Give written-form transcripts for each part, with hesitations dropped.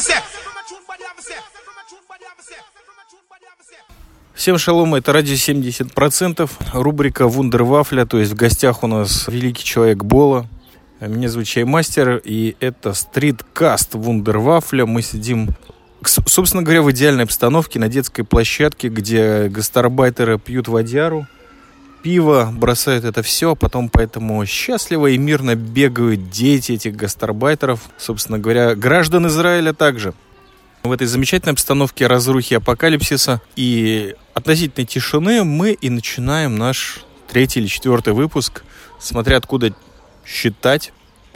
Всем шалом, это радио 70%, рубрика «Вундервафля», то есть в гостях у нас великий человек Бола. Меня зовут Чаймастер, и это стриткаст «Вундервафля». Мы сидим, собственно говоря, в идеальной обстановке на детской площадке, где гастарбайтеры пьют водяру, пиво, бросают это все, а потом поэтому счастливо и мирно бегают дети этих гастарбайтеров, собственно говоря, граждан Израиля также. В этой замечательной обстановке разрухи, апокалипсиса и относительной тишины мы и начинаем наш 3-й или 4-й выпуск, смотря откуда считать.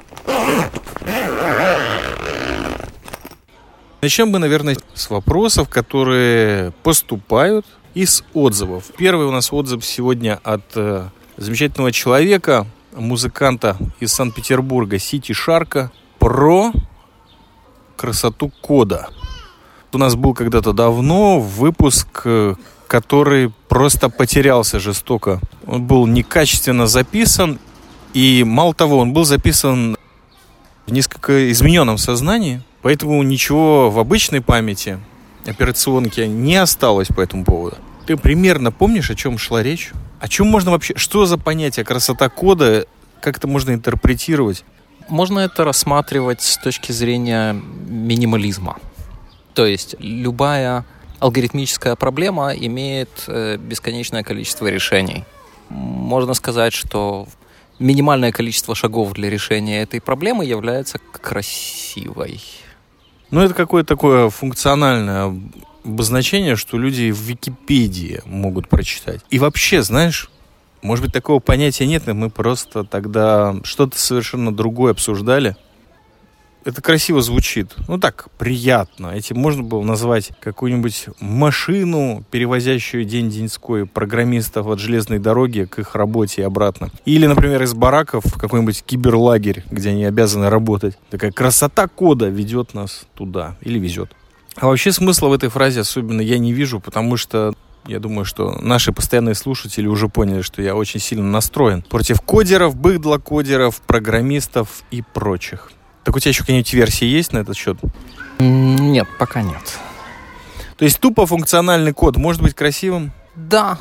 Начнем мы, наверное, с вопросов, которые поступают, и с отзывов. Первый у нас отзыв сегодня от замечательного человека, музыканта из Санкт-Петербурга, Сити Шарка, про красоту кода. У нас был когда-то давно выпуск, который просто потерялся жестоко. Он был некачественно записан, и мало того, он был записан в несколько измененном сознании, поэтому ничего в обычной памяти операционки не осталось по этому поводу. Ты примерно помнишь, о чем шла речь? О чем можно вообще... Что за понятие красота кода? Как это можно интерпретировать? Можно это рассматривать с точки зрения минимализма. То есть любая алгоритмическая проблема имеет бесконечное количество решений. Можно сказать, что минимальное количество шагов для решения этой проблемы является красивой. Ну, это какое-то такое функциональное обозначение, что люди в Википедии могут прочитать. И вообще, знаешь, может быть, такого понятия нет, и мы просто тогда что-то совершенно другое обсуждали. Это красиво звучит. Ну так, приятно. Этим можно было назвать какую-нибудь машину, перевозящую день-деньской программистов от железной дороги к их работе и обратно. Или, например, из бараков в какой-нибудь киберлагерь, где они обязаны работать. Такая красота кода ведет нас туда. Или везет. А вообще смысла в этой фразе особенно я не вижу, потому что я думаю, что наши постоянные слушатели уже поняли, что я очень сильно настроен против кодеров, быдлокодеров, программистов и прочих. Так у тебя еще какие-нибудь версии есть на этот счет? Нет, пока нет. То есть тупо функциональный код может быть красивым? Да,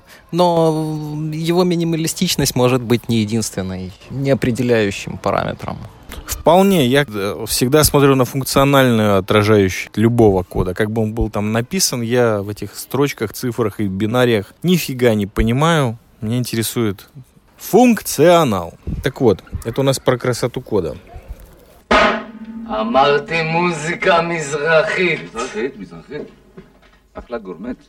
но его минималистичность может быть не единственной, не определяющим параметром. Вполне. Я всегда смотрю на функциональную отражающую любого кода. Как бы он был там написан, я в этих строчках, цифрах и бинариях нифига не понимаю. Меня интересует функционал. Так вот, это у нас про красоту кода. אמרתי מוזיקה מזרחית. מזרחית. אחלה גורמט.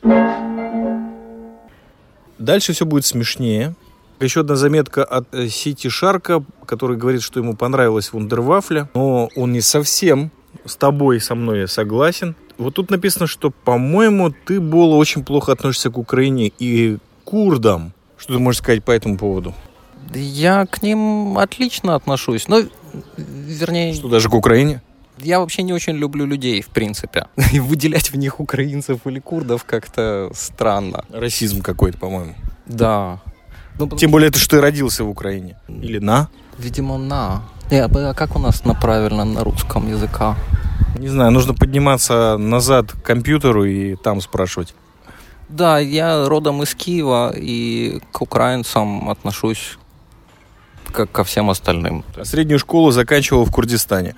Дальше все будет смешнее. Еще одна заметка от Сити Шарка, который говорит, что ему понравилась вундервафля, но он не совсем с тобой, со мной согласен. Вот тут написано, что, по-моему, ты, Бола, очень плохо относишься к Украине и курдам. Что ты можешь сказать по этому поводу? Я к ним отлично отношусь. Ну, вернее... Что, даже к Украине? Я вообще не очень люблю людей, в принципе. И выделять в них украинцев или курдов как-то странно. Расизм какой-то, по-моему. Да. Ну, тем более, это что ты родился в Украине. Или на? Видимо, на. А как у нас правильно на русском языка? Не знаю, нужно подниматься назад к компьютеру и там спрашивать. Да, я родом из Киева и к украинцам отношусь как ко всем остальным. А среднюю школу заканчивал в Курдистане.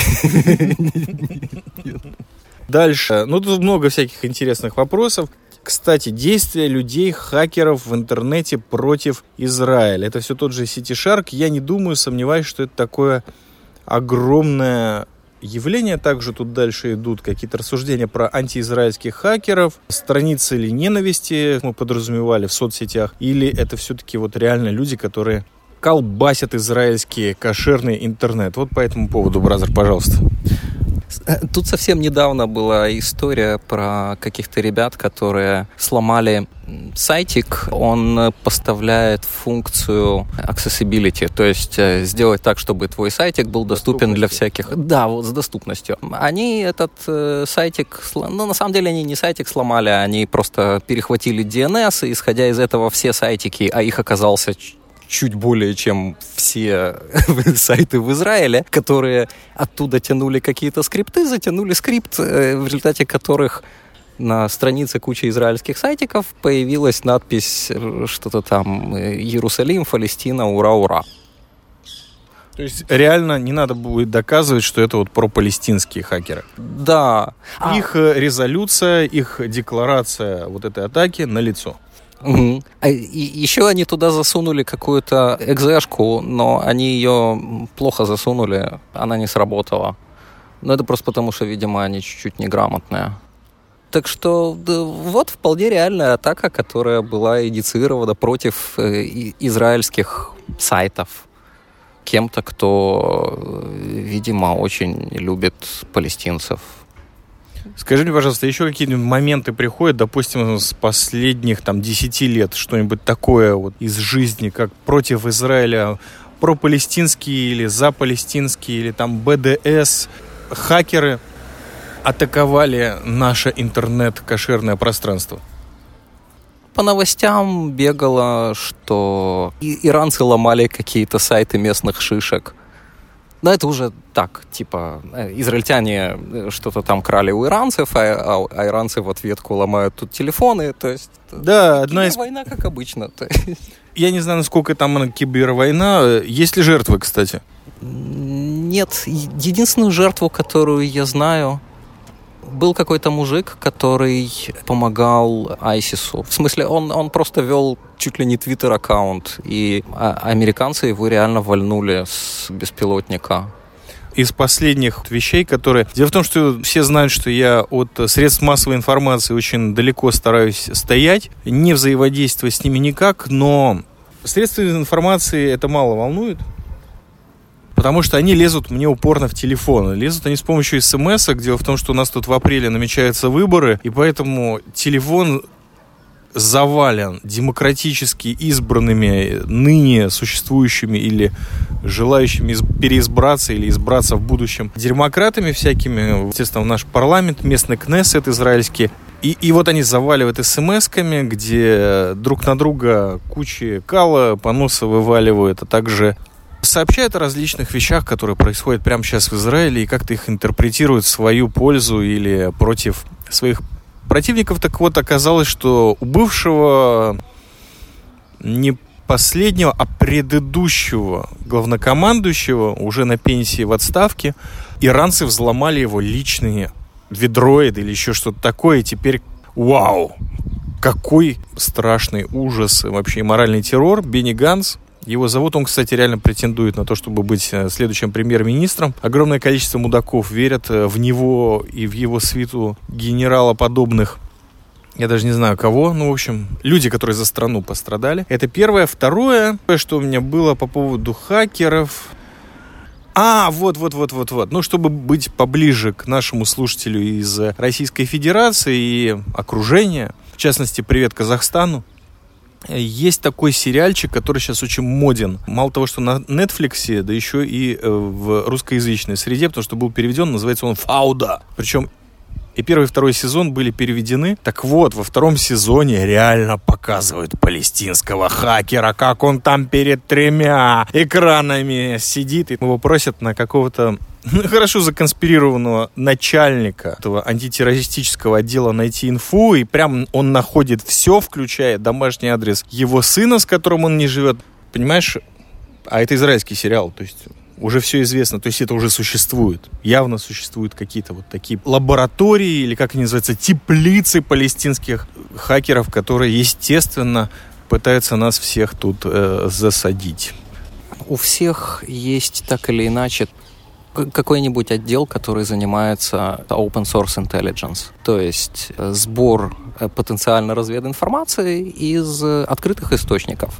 Дальше. Ну, тут много всяких интересных вопросов. Кстати, действия людей, хакеров в интернете против Израиля. Это все тот же Сити Шарк. Я не думаю, сомневаюсь, что это такое огромное явление. Также тут дальше идут какие-то рассуждения про антиизраильских хакеров. Страницы или ненависти мы подразумевали в соцсетях. Или это все-таки вот реально люди, которые колбасят израильский кошерный интернет. Вот по этому поводу, бразер, пожалуйста. Тут совсем недавно была история про каких-то ребят, которые сломали сайтик. Он поставляет функцию accessibility, то есть сделать так, чтобы твой сайтик был доступен для всяких... Да, вот с доступностью. Они этот сайтик... Ну, на самом деле, они не сайтик сломали, они просто перехватили DNS, и, исходя из этого, все сайтики, а их оказался чуть более, чем все сайты в Израиле, которые оттуда тянули какие-то скрипты, затянули скрипт, в результате которых на странице кучи израильских сайтиков появилась надпись что-то там «Иерусалим, Палестина, ура, ура». То есть реально не надо будет доказывать, что это вот пропалестинские хакеры. Да. Их резолюция, их декларация вот этой атаки налицо. Угу. И еще они туда засунули какую-то экзешку, но они ее плохо засунули, она не сработала. Но это просто потому, что, видимо, они чуть-чуть неграмотные. Так что да, вот вполне реальная атака, которая была инициирована против израильских сайтов кем-то, кто, видимо, очень любит палестинцев. Скажи мне, пожалуйста, еще какие-нибудь моменты приходят, допустим, с последних 10 лет, что-нибудь такое вот из жизни, как против Израиля, пропалестинские или запалестинские, или там БДС, хакеры атаковали наше интернет-кошерное пространство? По новостям бегало, что иранцы ломали какие-то сайты местных шишек. Но это уже так, типа, израильтяне что-то там крали у иранцев, а иранцы в ответку ломают тут телефоны, то есть... Да, одна из... Война, как обычно. Я не знаю, насколько там кибервойна. Есть ли жертвы, кстати? Нет. Единственную жертву, которую я знаю... Был какой-то мужик, который помогал ISIS. В смысле, он просто вел чуть ли не твиттер-аккаунт, и американцы его реально вальнули с беспилотника. Из последних вещей, которые... Дело в том, что все знают, что я от средств массовой информации очень далеко стараюсь стоять, не взаимодействовать с ними никак, но средства информации это мало волнует. Потому что они лезут мне упорно в телефон. Лезут они с помощью смс-ок. Дело в том, что у нас тут в апреле намечаются выборы, и поэтому телефон завален демократически избранными, ныне существующими или желающими переизбраться или избраться в будущем демократами всякими. Естественно, в наш парламент, местный Кнессет израильский. И вот они заваливают смс-ками, где друг на друга кучи кала, поноса вываливают, а также... сообщают о различных вещах, которые происходят прямо сейчас в Израиле, и как-то их интерпретируют в свою пользу или против своих противников. Так вот, оказалось, что у бывшего не последнего, а предыдущего главнокомандующего, уже на пенсии в отставке, иранцы взломали его личные ведроиды или еще что-то такое, и теперь вау! Какой страшный ужас, вообще моральный террор. Бенни Ганц его зовут, он, кстати, реально претендует на то, чтобы быть следующим премьер-министром. Огромное количество мудаков верят в него и в его свиту генералоподобных. Я даже не знаю кого, в общем, люди, которые за страну пострадали. Это первое. Второе, что у меня было по поводу хакеров. Вот. Чтобы быть поближе к нашему слушателю из Российской Федерации и окружения, в частности, привет Казахстану. Есть такой сериальчик, который сейчас очень моден. Мало того, что на Netflix, да еще и в русскоязычной среде, потому что был переведен, называется он «Фауда». Причем и первый и второй сезон были переведены. Так вот, во втором сезоне реально показывают палестинского хакера, как он там перед 3 экранами сидит, и его просят на какого-то хорошо законспирированного начальника этого антитеррористического отдела найти инфу, и прям он находит все, включая домашний адрес его сына, с которым он не живет. Понимаешь? А это израильский сериал, то есть уже все известно, то есть это уже существует. Явно существуют какие-то вот такие лаборатории, или как они называются, теплицы палестинских хакеров, которые, естественно, пытаются нас всех тут засадить. У всех есть так или иначе какой-нибудь отдел, который занимается open source intelligence, то есть сбор потенциально развединформации из открытых источников.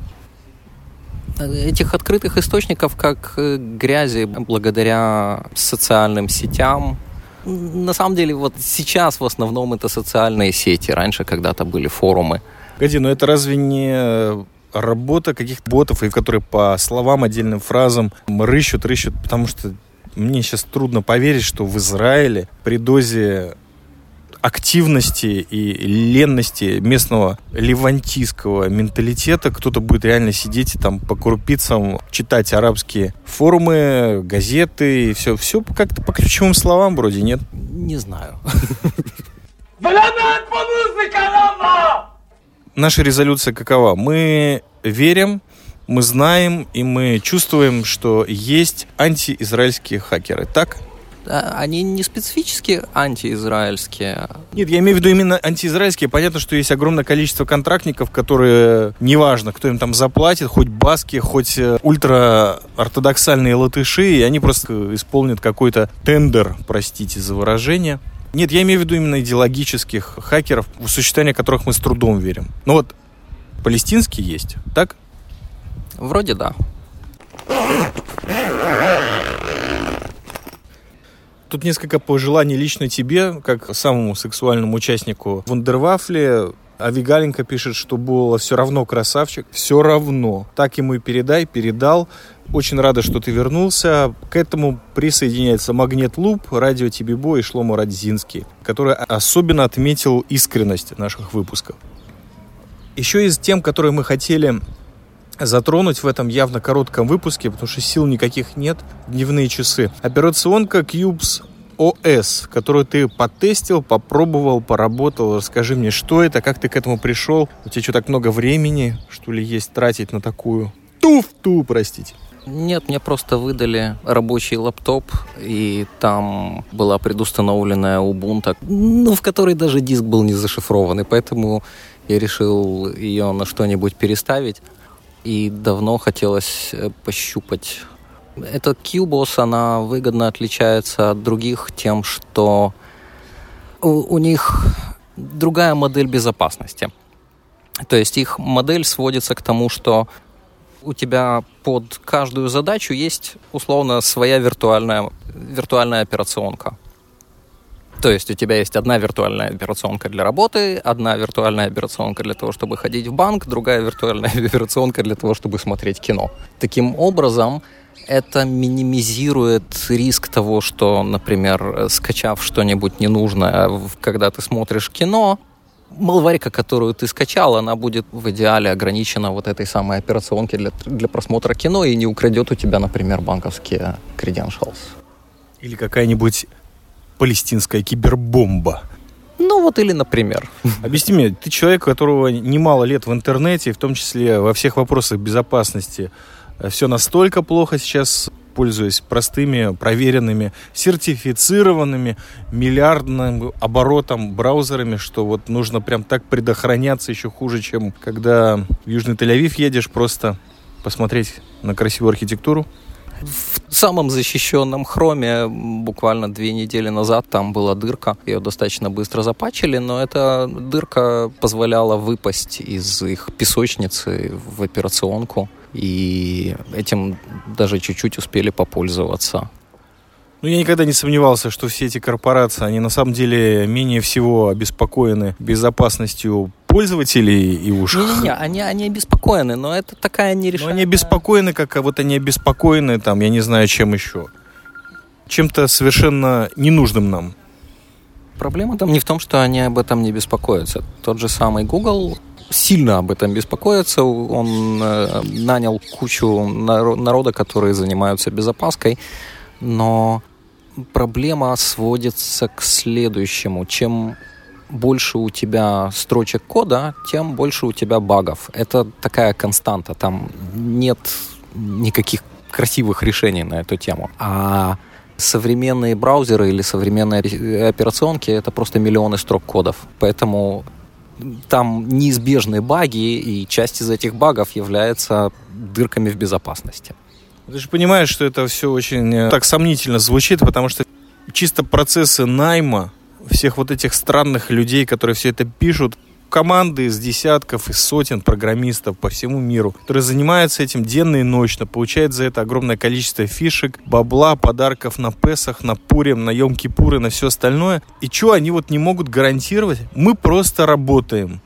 Этих открытых источников как грязи благодаря социальным сетям. На самом деле, вот сейчас в основном это социальные сети. Раньше когда-то были форумы. Погоди, но это разве не работа каких-то ботов, и которые по словам, отдельным фразам рыщут, потому что мне сейчас трудно поверить, что в Израиле при дозе активности и ленности местного левантийского менталитета кто-то будет реально сидеть и там по крупицам читать арабские форумы, газеты и все как-то по ключевым словам вроде, нет? Не знаю. Наша резолюция какова? Мы верим, мы знаем и мы чувствуем, что есть антиизраильские хакеры, так? Они не специфически антиизраильские. Нет, я имею в виду именно антиизраильские. Понятно, что есть огромное количество контрактников, которые, неважно, кто им там заплатит, хоть баски, хоть ультраортодоксальные латыши, и они просто исполнят какой-то тендер, простите за выражение. Нет, я имею в виду именно идеологических хакеров, в существование которых мы с трудом верим. Ну вот, палестинские есть, так? Вроде да. Тут несколько пожеланий лично тебе, как самому сексуальному участнику вундервафли. Авигаленко пишет, что было все равно красавчик. Все равно. Так ему и передал. Очень рада, что ты вернулся. К этому присоединяется Магнит Луб, Радио Тибибо и Шломо Радзинский, который особенно отметил искренность наших выпусков. Еще из тем, которые мы хотели затронуть в этом явно коротком выпуске, потому что сил никаких нет, дневные часы. Операционка Cubes OS, которую ты потестил, попробовал, поработал. Расскажи мне, что это, как ты к этому пришел? У тебя что, так много времени, что ли, есть тратить на такую туфту, простите? Нет, мне просто выдали рабочий лаптоп, и там была предустановленная Ubuntu, в которой даже диск был не зашифрованный, поэтому я решил ее на что-нибудь переставить. И давно хотелось пощупать. Эта Cubos, она выгодно отличается от других тем, что у них другая модель безопасности. То есть их модель сводится к тому, что у тебя под каждую задачу есть условно своя виртуальная операционка. То есть у тебя есть одна виртуальная операционка для работы, одна виртуальная операционка для того, чтобы ходить в банк, другая виртуальная операционка для того, чтобы смотреть кино. Таким образом, это минимизирует риск того, что, например, скачав что-нибудь ненужное, когда ты смотришь кино, малварика, которую ты скачал, она будет в идеале ограничена вот этой самой операционкой для просмотра кино и не украдет у тебя, например, банковские credentials. Или какая-нибудь палестинская кибербомба. Ну вот или, например. Объясни мне, ты человек, у которого немало лет в интернете, в том числе во всех вопросах безопасности. Все настолько плохо сейчас, пользуясь простыми, проверенными, сертифицированными, миллиардным оборотом браузерами, что вот нужно прям так предохраняться еще хуже, чем когда в Южный Тель-Авив едешь, просто посмотреть на красивую архитектуру. В самом защищенном хроме буквально 2 недели назад там была дырка. Ее достаточно быстро запатчили, но эта дырка позволяла выпасть из их песочницы в операционку. И этим даже чуть-чуть успели попользоваться. Ну, я никогда не сомневался, что все эти корпорации, они на самом деле менее всего обеспокоены безопасностью пользователей и уж... Не-не-не, они обеспокоены, но это такая нерешаемая... Но они обеспокоены, как вот они обеспокоены, там, я не знаю, чем еще. Чем-то совершенно ненужным нам. Проблема там не в том, что они об этом не беспокоятся. Тот же самый Google сильно об этом беспокоится. Он нанял кучу народа, которые занимаются безопаской, но проблема сводится к следующему. Чем больше у тебя строчек кода, тем больше у тебя багов. Это такая константа. Там нет никаких красивых решений на эту тему. А современные браузеры или современные операционки — это просто миллионы строк кодов. Поэтому там неизбежны баги, и часть из этих багов является дырками в безопасности. Ты же понимаешь, что это все очень так сомнительно звучит, потому что чисто процессы найма всех вот этих странных людей, которые все это пишут, команды из десятков, из сотен программистов по всему миру, которые занимаются этим денно и ночно, получают за это огромное количество фишек, бабла, подарков на Песах, на Пурим, на Йом-Кипур и на все остальное. И что они вот не могут гарантировать? Мы просто работаем.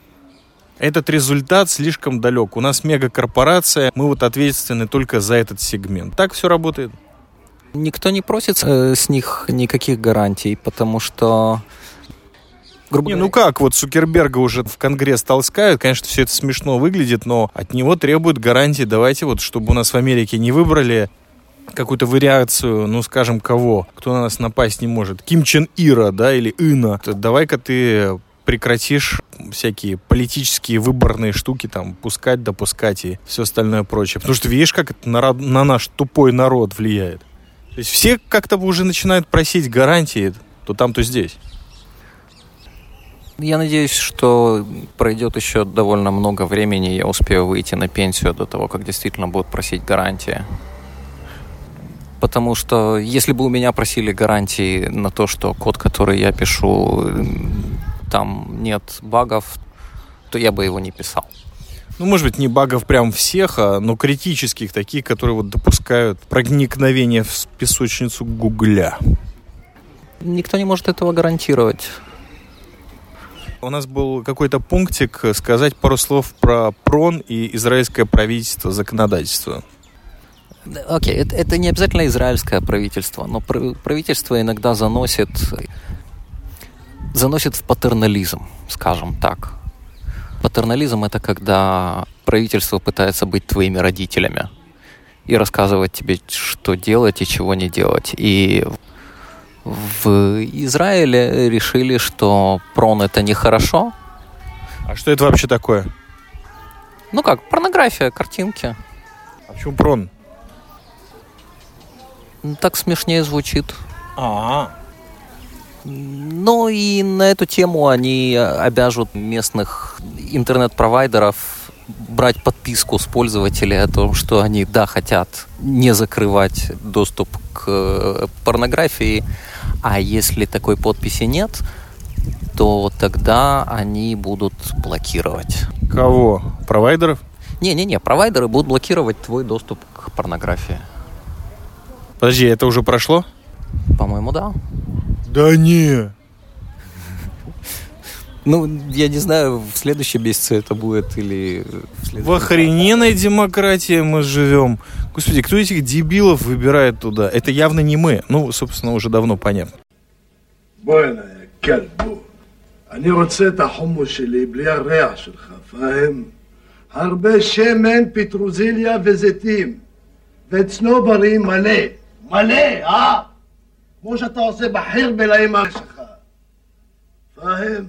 Этот результат слишком далек. У нас мегакорпорация, мы вот ответственны только за этот сегмент. Так все работает. Никто не просит с них никаких гарантий, потому что Грубо говоря. Ну как, вот Цукерберга уже в Конгресс толкают, конечно, все это смешно выглядит, но от него требуют гарантии. Давайте вот, чтобы у нас в Америке не выбрали какую-то вариацию, ну, скажем, кого? Кто на нас напасть не может? Ким Чен Ира, да, или Ина. Давай-ка ты прекратишь всякие политические выборные штуки там пускать, допускать и все остальное прочее. Потому что видишь, как это на наш тупой народ влияет. То есть все как-то уже начинают просить гарантии, то там, то здесь. Я надеюсь, что пройдет еще довольно много времени, я успею выйти на пенсию до того, как действительно будут просить гарантии. Потому что если бы у меня просили гарантии на то, что код, который я пишу, там нет багов, то я бы его не писал. Ну, может быть, не багов прям всех, но критических, таких, которые вот допускают проникновение в песочницу Гугля. Никто не может этого гарантировать. У нас был какой-то пунктик сказать пару слов про ПРОН и израильское правительство, законодательство. Окей, это не обязательно израильское правительство, но правительство иногда заносит в патернализм, скажем так. Патернализм — это когда правительство пытается быть твоими родителями и рассказывать тебе, что делать и чего не делать. И в Израиле решили, что ПРОН — это нехорошо. А что это вообще такое? Ну как, порнография, картинки. А почему ПРОН? Так смешнее звучит. А-а-а. Ну и на эту тему они обяжут местных интернет-провайдеров брать подписку с пользователей о том, что они, да, хотят не закрывать доступ к порнографии, а если такой подписи нет, то тогда они будут блокировать. Кого? Провайдеров? Не-не-не, провайдеры будут блокировать твой доступ к порнографии. Подожди, это уже прошло? По-моему, да. Да не. Ну, я не знаю, в следующем месяце это будет или... В охрененной демократии мы живем. Господи, кто этих дебилов выбирает туда? Это явно не мы. Ну, собственно, уже давно понятно. בואנה, יא כלבו. אני רוצה את החומוס שלי בלי הריח שלך, פהם? הרבה שמן, פטרוזיליה וזיתים. וצנוברים מלא. מלא, כמו שאתה עושה בחירבל האמא שלך. פהם?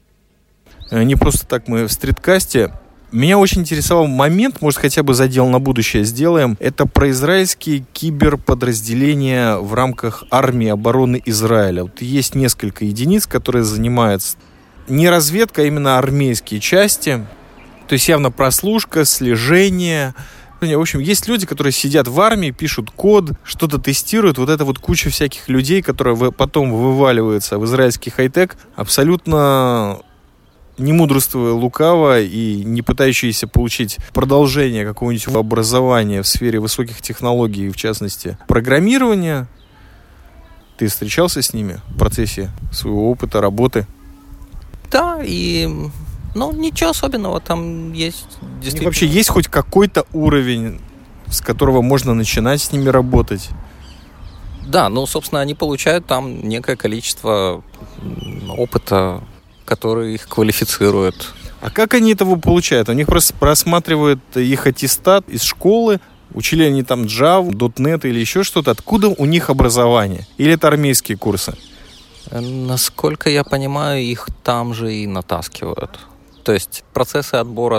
Не просто так мы в стриткасте. Меня очень интересовал момент, может, хотя бы задел на будущее сделаем. Это про израильские киберподразделения в рамках армии обороны Израиля. Вот есть несколько единиц, которые занимаются не разведкой, а именно армейские части. То есть явно прослушка, слежение. В общем, есть люди, которые сидят в армии, пишут код, что-то тестируют. Вот это вот куча всяких людей, которые потом вываливаются в израильский хай-тек, абсолютно не мудрствуя лукаво и не пытающиеся получить продолжение какого-нибудь образования в сфере высоких технологий, в частности, программирования. Ты встречался с ними в процессе своего опыта, работы? Да, и... Ну, ничего особенного там есть. Действительно. Вообще есть хоть какой-то уровень, с которого можно начинать с ними работать? Да, ну, собственно, они получают там некое количество опыта, который их квалифицирует. А как они этого получают? У них просто просматривают их аттестат из школы, учили они там Java, .NET или еще что-то. Откуда у них образование? Или это армейские курсы? Насколько я понимаю, их там же и натаскивают. То есть процессы отбора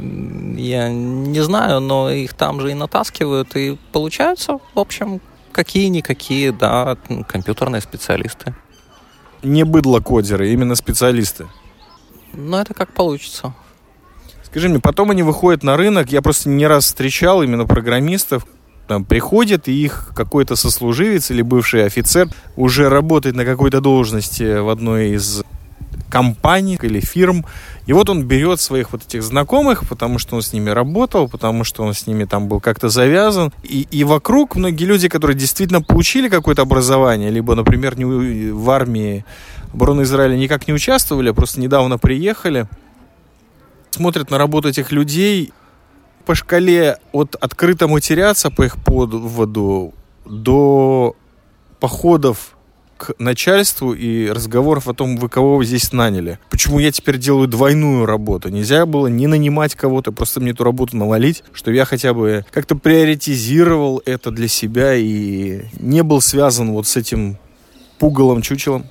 я не знаю, но их там же и натаскивают, и получаются, в общем, какие-никакие, да, компьютерные специалисты. Не быдло-кодеры, именно специалисты. Ну, это как получится. Скажи мне, потом они выходят на рынок, я просто не раз встречал именно программистов, там приходят, и их какой-то сослуживец или бывший офицер уже работает на какой-то должности в одной из компаний или фирм, и вот он берет своих вот этих знакомых, потому что он с ними работал, потому что он с ними там был как-то завязан, и вокруг многие люди, которые действительно получили какое-то образование, либо, например, в армии обороны Израиля никак не участвовали, а просто недавно приехали, смотрят на работу этих людей по шкале от открыто матеряться по их поводу до походов к начальству и разговоров о том, вы кого вы здесь наняли. Почему я теперь делаю двойную работу? Нельзя было не нанимать кого-то, просто мне эту работу навалить, чтобы я хотя бы как-то приоритизировал это для себя и не был связан вот с этим пугалом-чучелом.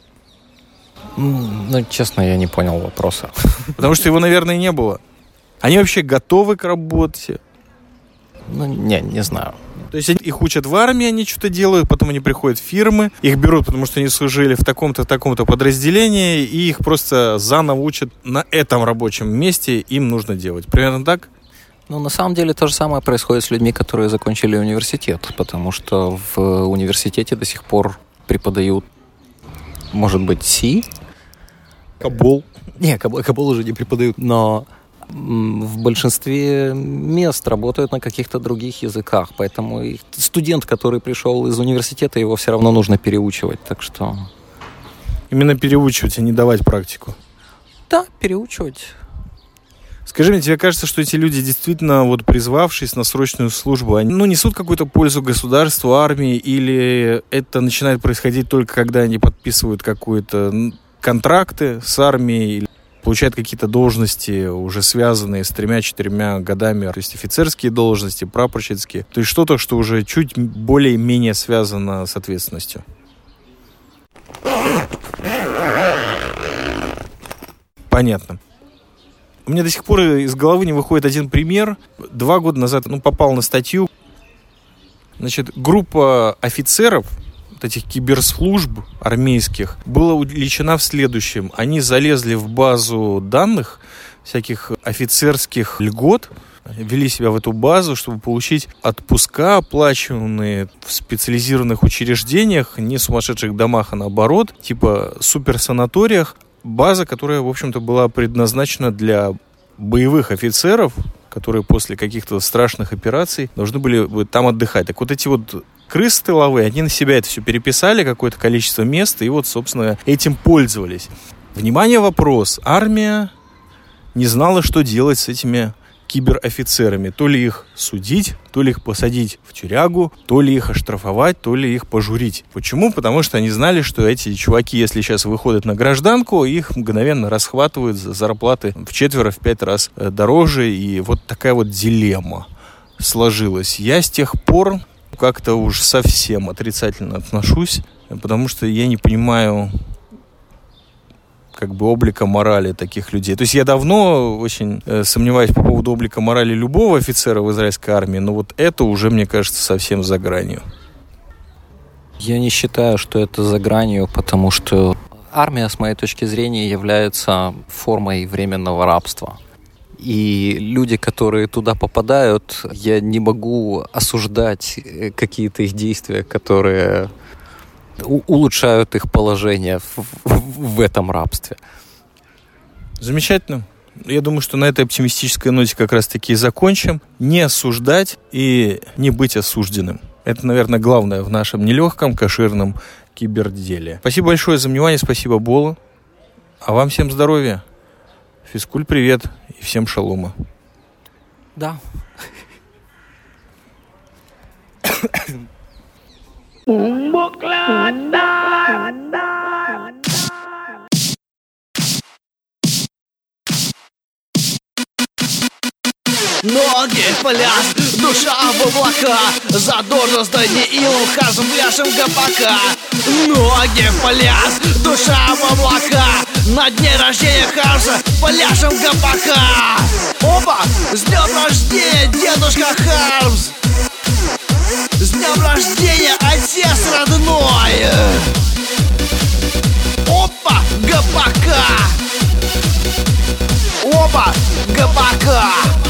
Ну, честно, я не понял вопроса. Потому что его, наверное, не было. Они вообще готовы к работе? Ну, не знаю. То есть их учат в армии, они что-то делают, потом они приходят в фирмы, их берут, потому что они служили в таком-то подразделении, и их просто заново учат на этом рабочем месте, им нужно делать. Примерно так? Ну, на самом деле, то же самое происходит с людьми, которые закончили университет, потому что в университете до сих пор преподают, может быть, C? Кабол. Не, Кабол уже не преподают, но в большинстве мест работают на каких-то других языках, поэтому студент, который пришел из университета, его все равно нужно переучивать, так что... Именно переучивать, а не давать практику. Да, переучивать. Скажи мне, тебе кажется, что эти люди действительно, вот призвавшись на срочную службу, они, несут какую-то пользу государству, армии, или это начинает происходить только когда они подписывают какие-то контракты с армией, получают какие-то должности, уже связанные с 3-4 годами, то есть офицерские должности, прапорщицкие. То есть что-то, что уже чуть более-менее связано с ответственностью. Понятно. У меня до сих пор из головы не выходит один пример. 2 года назад попал на статью. Значит, группа офицеров этих киберслужб армейских была увлечена в следующем. Они залезли в базу данных всяких офицерских льгот, ввели себя в эту базу, чтобы получить отпуска, оплачиваемые в специализированных учреждениях, не в сумасшедших домах, а наоборот, типа суперсанаториях. База, которая, в общем-то, была предназначена для боевых офицеров, которые после каких-то страшных операций должны были там отдыхать. Так вот эти вот крысы тыловые, они на себя это все переписали, какое-то количество мест, и вот, собственно, этим пользовались. Внимание, вопрос. Армия не знала, что делать с этими киберофицерами. То ли их судить, то ли их посадить в тюрягу, то ли их оштрафовать, то ли их пожурить. Почему? Потому что они знали, что эти чуваки, если сейчас выходят на гражданку, их мгновенно расхватывают за зарплаты в 4-5 раз дороже. И вот такая вот дилемма сложилась. Я с тех пор как-то уж совсем отрицательно отношусь, потому что я не понимаю облика морали таких людей. То есть я давно очень сомневаюсь по поводу облика морали любого офицера в израильской армии, но вот это уже, мне кажется, совсем за гранью. Я не считаю, что это за гранью, потому что армия, с моей точки зрения, является формой временного рабства. И люди, которые туда попадают, я не могу осуждать какие-то их действия, которые улучшают их положение в этом рабстве. Замечательно. Я думаю, что на этой оптимистической ноте как раз-таки и закончим. Не осуждать и не быть осужденным. Это, наверное, главное в нашем нелегком, кошерном киберделе. Спасибо большое за внимание, спасибо, Бола. А вам всем здоровья. Физкуль, привет. И всем шалома. Да. Ноги в пляс, душа в облака, задорожность Даниилом Харзом пляшем ГПК. Ноги в пляс, душа в облака, на дне рождения Харза пляшем ГПК. Опа, с днем рождения, дедушка Хармс! С днем рождения, отец родной! Опа, ГПК! Опа, ГПК!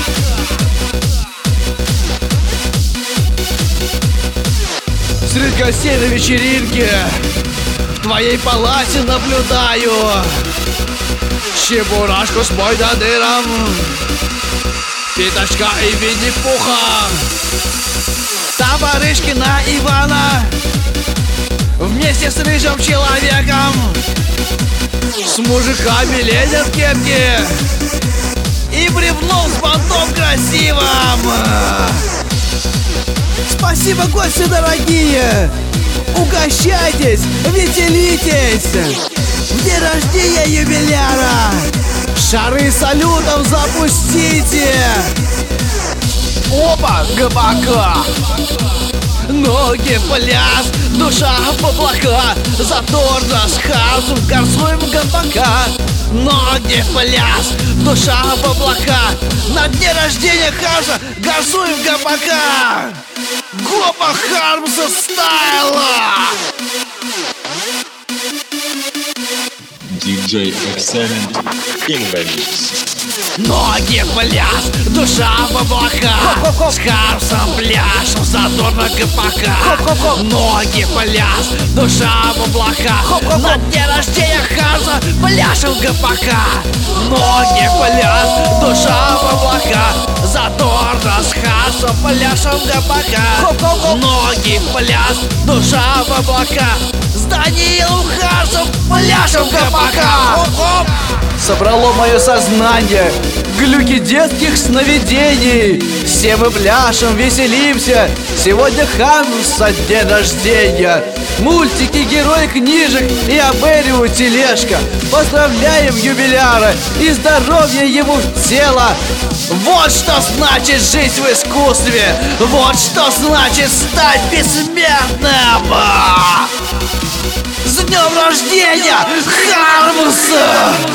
Среди гостей на вечеринке в твоей палате наблюдаю Чебурашку с Мойдодыром, Пятачка и Винни-Пуха, Табарышкина Ивана вместе с рыжим человеком, с мужиками Леня в кепке и бревном с бантом красивым. Спасибо, гости дорогие! Угощайтесь, веселитесь! В день рождения юбиляра! Шары салютом запустите! Опа, габака! Ноги в пляс, душа в облака, задорно с хаосом горцуем гопака. Ноги в пляс, душа в облака, на дне рождения хаоса горцуем гопака. Гопа Хармса стайла! DJ Excellent in the mix. Ноги в пляс, душа в облака, с Хармсом пляшем задорно гопака. Ноги в пляс, душа в облака, на дне рождения Хармса пляшем гопака. Ноги в пляс, душа в облака, задорно с Хармсом пляшем гопака. Ноги в пляс, душа в облака, с Даниилом Хармсом пляшем гопака. Собрало мое сознание глюки детских сновидений. Все мы пляшем, веселимся. Сегодня Хармса день рождения. Мультики, герои книжек и Аберио тележка. Поздравляем юбиляра и здоровья ему в тело. Вот что значит жить в искусстве. Вот что значит стать бессмертным. С днем рождения, Хармса!